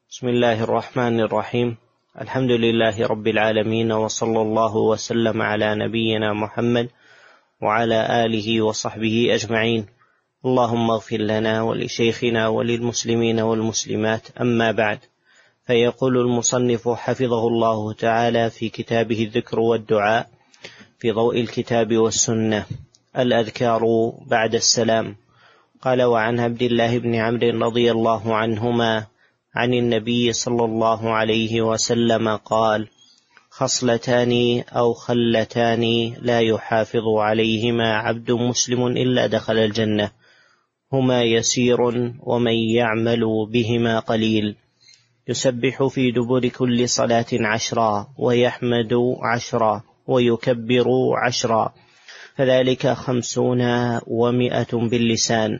بسم الله الرحمن الرحيم. الحمد لله رب العالمين، وصلى الله وسلم على نبينا محمد وعلى آله وصحبه أجمعين. اللهم اغفر لنا ولشيخنا وللمسلمين والمسلمات، أما بعد. فيقول المصنف حفظه الله تعالى في كتابه الذكر والدعاء في ضوء الكتاب والسنة: الأذكار بعد السلام. قال: وعن عبد الله بن عمرو رضي الله عنهما عن النبي صلى الله عليه وسلم قال: خصلتان أو خلتان لا يحافظ عليهما عبد مسلم إلا دخل الجنة، هما يسير ومن يعمل بهما قليل، يسبح في دبر كل صلاة 10، ويحمد 10، ويكبر 10، فذلك 50 و100 باللسان،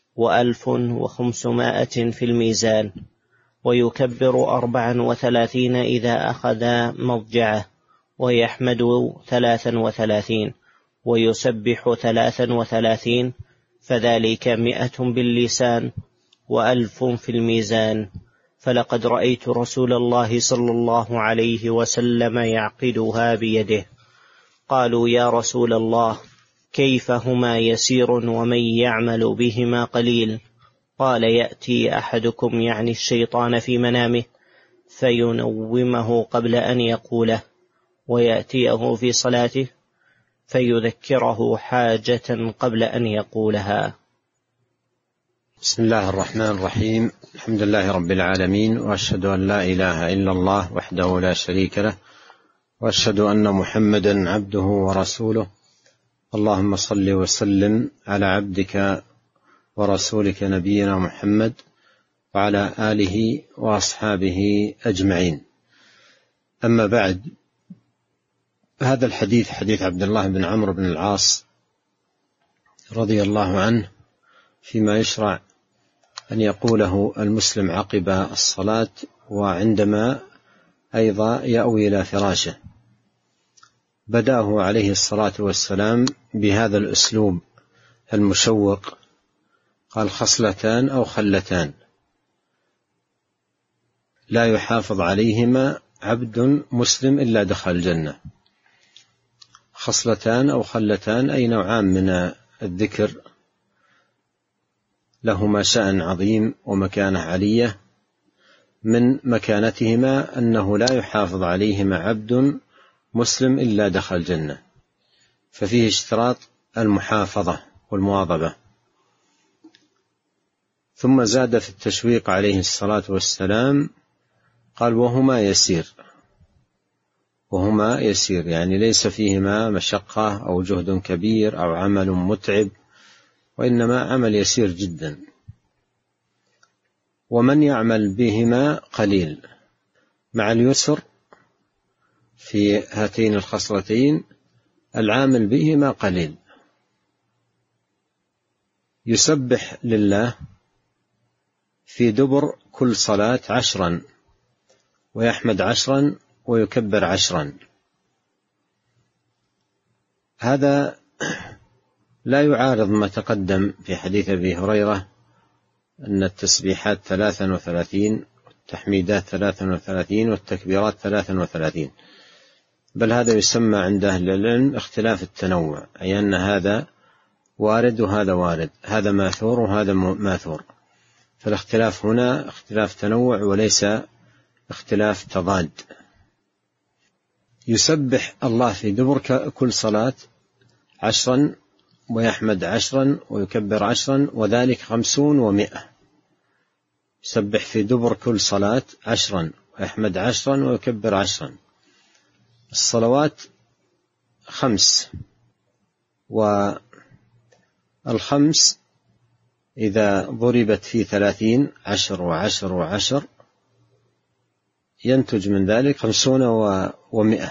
1500 في الميزان، ويكبر 34 إذا أخذ مضجعه، ويحمد 33، ويسبح 33، فذلك 100 باللسان، 1000 في الميزان. فلقد رأيت رسول الله صلى الله عليه وسلم يعقدها بيده. قالوا: يا رسول الله، كيف هما يسير ومن يعمل بهما قليل؟ قال: يأتي أحدكم يعني الشيطان في منامه فينومه قبل أن يقوله، ويأتيه في صلاته فيذكره حاجة قبل أن يقولها. بسم الله الرحمن الرحيم. الحمد لله رب العالمين، وأشهد أن لا إله إلا الله وحده لا شريك له، وأشهد أن محمدا عبده ورسوله. اللهم صل وسلم على عبدك ورسولك نبينا محمد وعلى آله وأصحابه أجمعين. أما بعد، هذا الحديث حديث عبد الله بن عمرو بن العاص رضي الله عنه فيما يشرع أن يقوله المسلم عقب الصلاة وعندما أيضا يأوي إلى فراشه. بدأه عليه الصلاة والسلام بهذا الأسلوب المشوق، قال: خصلتان أو خلتان لا يحافظ عليهما عبد مسلم إلا دخل الجنة. خصلتان أو خلتان أي نوعان من الذكر لهما شأن عظيم ومكانة علية، من مكانتهما أنه لا يحافظ عليهما عبد مسلم إلا دخل الجنة، ففيه اشتراط المحافظة والمواظبة. ثم زاد في التشويق عليه الصلاة والسلام، قال: وهما يسير. وهما يسير يعني ليس فيهما مشقة أو جهد كبير أو عمل متعب، وإنما عمل يسير جدا. ومن يعمل بهما قليل، مع اليسر في هاتين الخصلتين العامل بهما قليل. يسبح لله في دبر كل صلاة 10، ويحمد 10، ويكبر 10. هذا لا يعارض ما تقدم في حديث أبي هريرة أن التسبيحات 33 والتحميدات 33 والتكبيرات 33، بل هذا يسمى عند أهل العلم اختلاف التنوع، أي أن هذا وارد وهذا وارد، هذا ماثور وهذا ماثور. فالاختلاف هنا اختلاف تنوع وليس اختلاف تضاد. يسبح الله في دبر كل صلاة 10، ويحمد 10، ويكبر 10، وذلك 50 و100. يسبح في دبر كل صلاة 10، ويحمد 10، ويكبر 10. الصلوات 5، والخمس إذا ضربت في 30 10 و10 و10 ينتج من ذلك 50 و100،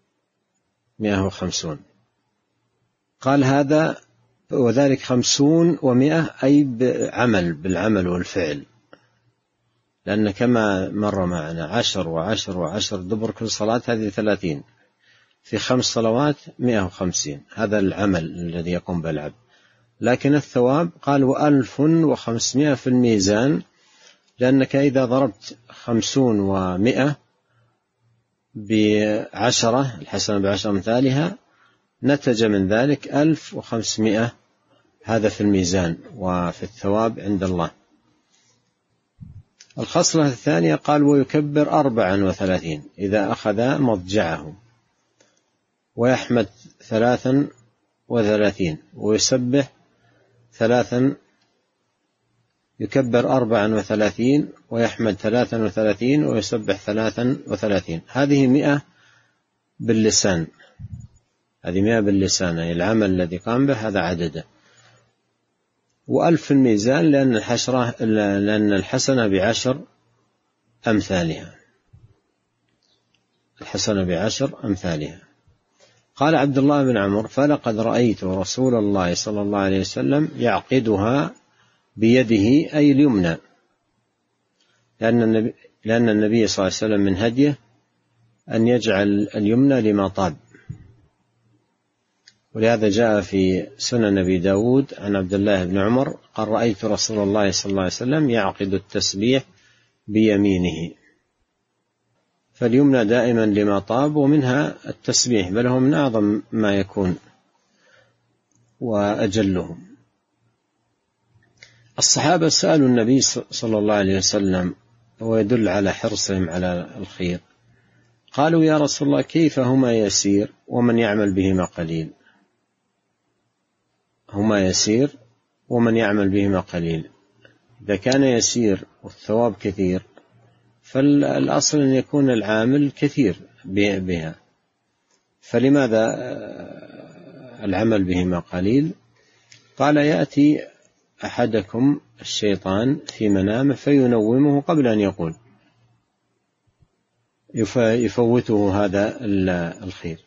150. قال هذا وذلك 50 و100 أي بالعمل والفعل، لأن كما مر معنا 10 و10 و10 دبر كل صلاة هذه 30، في 5 صلوات 150. هذا العمل الذي يقوم بالعبد. لكن الثواب قال: و1500 في الميزان، لأنك إذا ضربت 50 و100 ب10 الحسنة ب10 أمثالها نتج من ذلك 1500. هذا في الميزان وفي الثواب عند الله. الخصلة الثانية قال ويكبر 34 إذا أخذ مضجعه، ويحمد 33 ويسبح 3. يكبر 34 ويحمد 33 ويسبح 33. هذه 100 باللسان، هذه 100 باللسان، أي العمل الذي قام به هذا عدده. و1000 في الميزان لأن الحسنة ب10 أمثالها، الحسنة ب10 أمثالها. قال عبد الله بن عمرو فلقد رأيت رسول الله صلى الله عليه وسلم يعقدها بيده أي اليمنى، لأن النبي صلى الله عليه وسلم من هديه أن يجعل اليمنى لما طاب، ولهذا جاء في سنن أبي داود عن عبد الله بن عمر قال رأيت رسول الله صلى الله عليه وسلم يعقد التسبيح بيمينه. فاليمنى دائما لما طاب، ومنها التسبيح، بل هو من أعظم ما يكون وأجلهم. الصحابة سألوا النبي صلى الله عليه وسلم، ويدل على حرصهم على الخير، قالوا يا رسول الله كيف هما يسير ومن يعمل بهما قليل؟ هما يسير ومن يعمل بهما قليل. إذا كان يسير والثواب كثير فالأصل أن يكون العامل كثير بها، فلماذا العمل بهما قليل؟ قال يأتي أحدكم الشيطان في منامه فينومه قبل أن يقول، يفوته هذا الخير،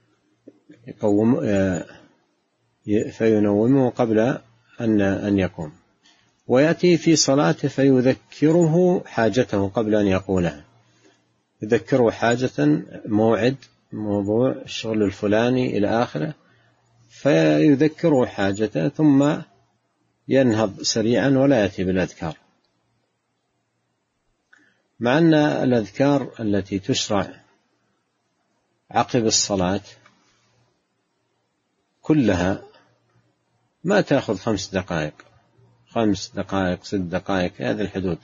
فينومه قبل أن يقوم. ويأتي في صلاته فيذكره حاجته قبل أن يقولها، يذكره حاجة، موعد، موضوع الشغل الفلاني إلى آخره، فيذكره حاجته ثم ينهض سريعا ولا يأتي بالأذكار. مع أن الأذكار التي تشرع عقب الصلاة كلها ما تأخذ 5 دقائق، 5 دقائق 6 دقائق في هذه الحدود،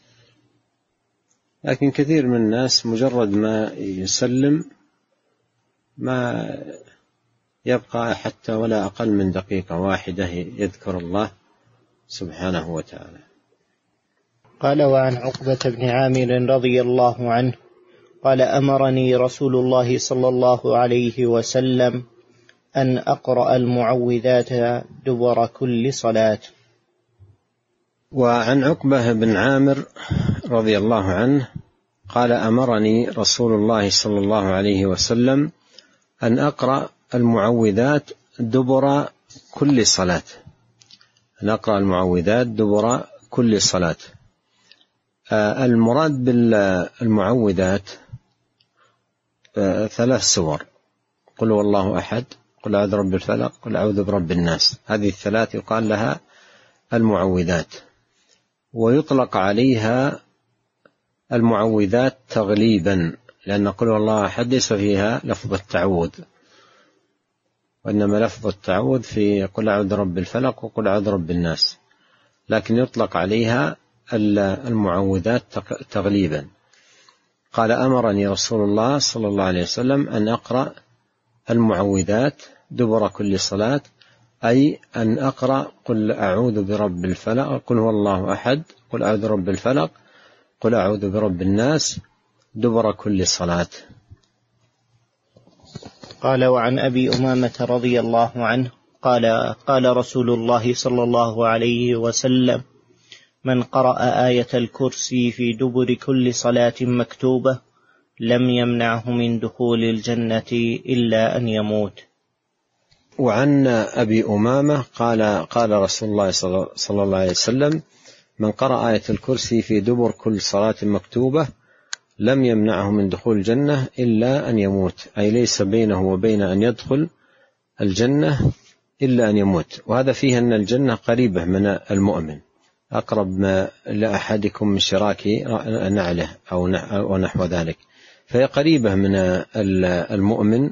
لكن كثير من الناس مجرد ما يسلم ما يبقى حتى ولا أقل من دقيقة واحدة يذكر الله سبحانه وتعالى. قال وعن عقبة بن عامر رضي الله عنه قال أمرني رسول الله صلى الله عليه وسلم أن أقرأ المعوذات دبر كل صلاة. وعن عقبة بن عامر رضي الله عنه قال أمرني رسول الله صلى الله عليه وسلم أن أقرأ المعوذات دبر كل صلاة، أن أقرأ المعوذات دبر كل صلاة. المراد بالمعوذات 3 سور: قل هو الله أحد، قل أعوذ برب الفلق، قل أعوذ برب الناس. هذه ال3 يقال لها المعوذات، ويطلق عليها المعوذات تغليبا، لأن قل هو الله أحد ليس فيها لفظ التعوذ، وإنما لفظ التعوذ في قل أعوذ برب الفلق وقل أعوذ برب الناس، لكن يطلق عليها المعوذات تغليبا. قال أمرني رسول الله صلى الله عليه وسلم أن أقرأ المعوذات دبر كل صلاة، أي أن أقرأ قل أعوذ برب الفلق، قل هو الله أحد، قل أعوذ برب الفلق، قل أعوذ برب الناس دبر كل صلاة. قال وعن أبي أمامة رضي الله عنه قال رسول الله صلى الله عليه وسلم من قرأ آية الكرسي في دبر كل صلاة مكتوبة لم يمنعه من دخول الجنة إلا أن يموت. وعن أبي أمامة قال رسول الله صلى الله عليه وسلم من قرأ آية الكرسي في دبر كل صلاة مكتوبة لم يمنعه من دخول الجنة إلا أن يموت، أي ليس بينه وبين أن يدخل الجنة إلا أن يموت. وهذا فيه أن الجنة قريبة من المؤمن، أقرب ما لأحدكم من شراك نعله أو نحو ذلك، فهي قريبة من المؤمن،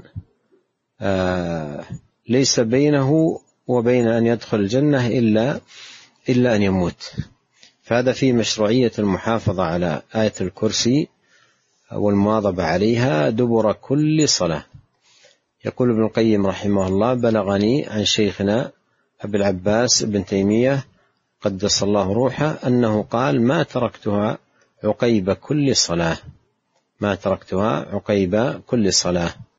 ليس بينه وبين أن يدخل الجنة إلا أن يموت. فهذا فيه مشروعية المحافظة على آية الكرسي والمواظبة عليها دبر كل صلاة. يقول ابن القيم رحمه الله: بلغني عن شيخنا أبي العباس ابن تيمية قدس الله روحه أنه قال: ما تركتها عقيب كل صلاة، ما تركتها عقيب كل صلاة.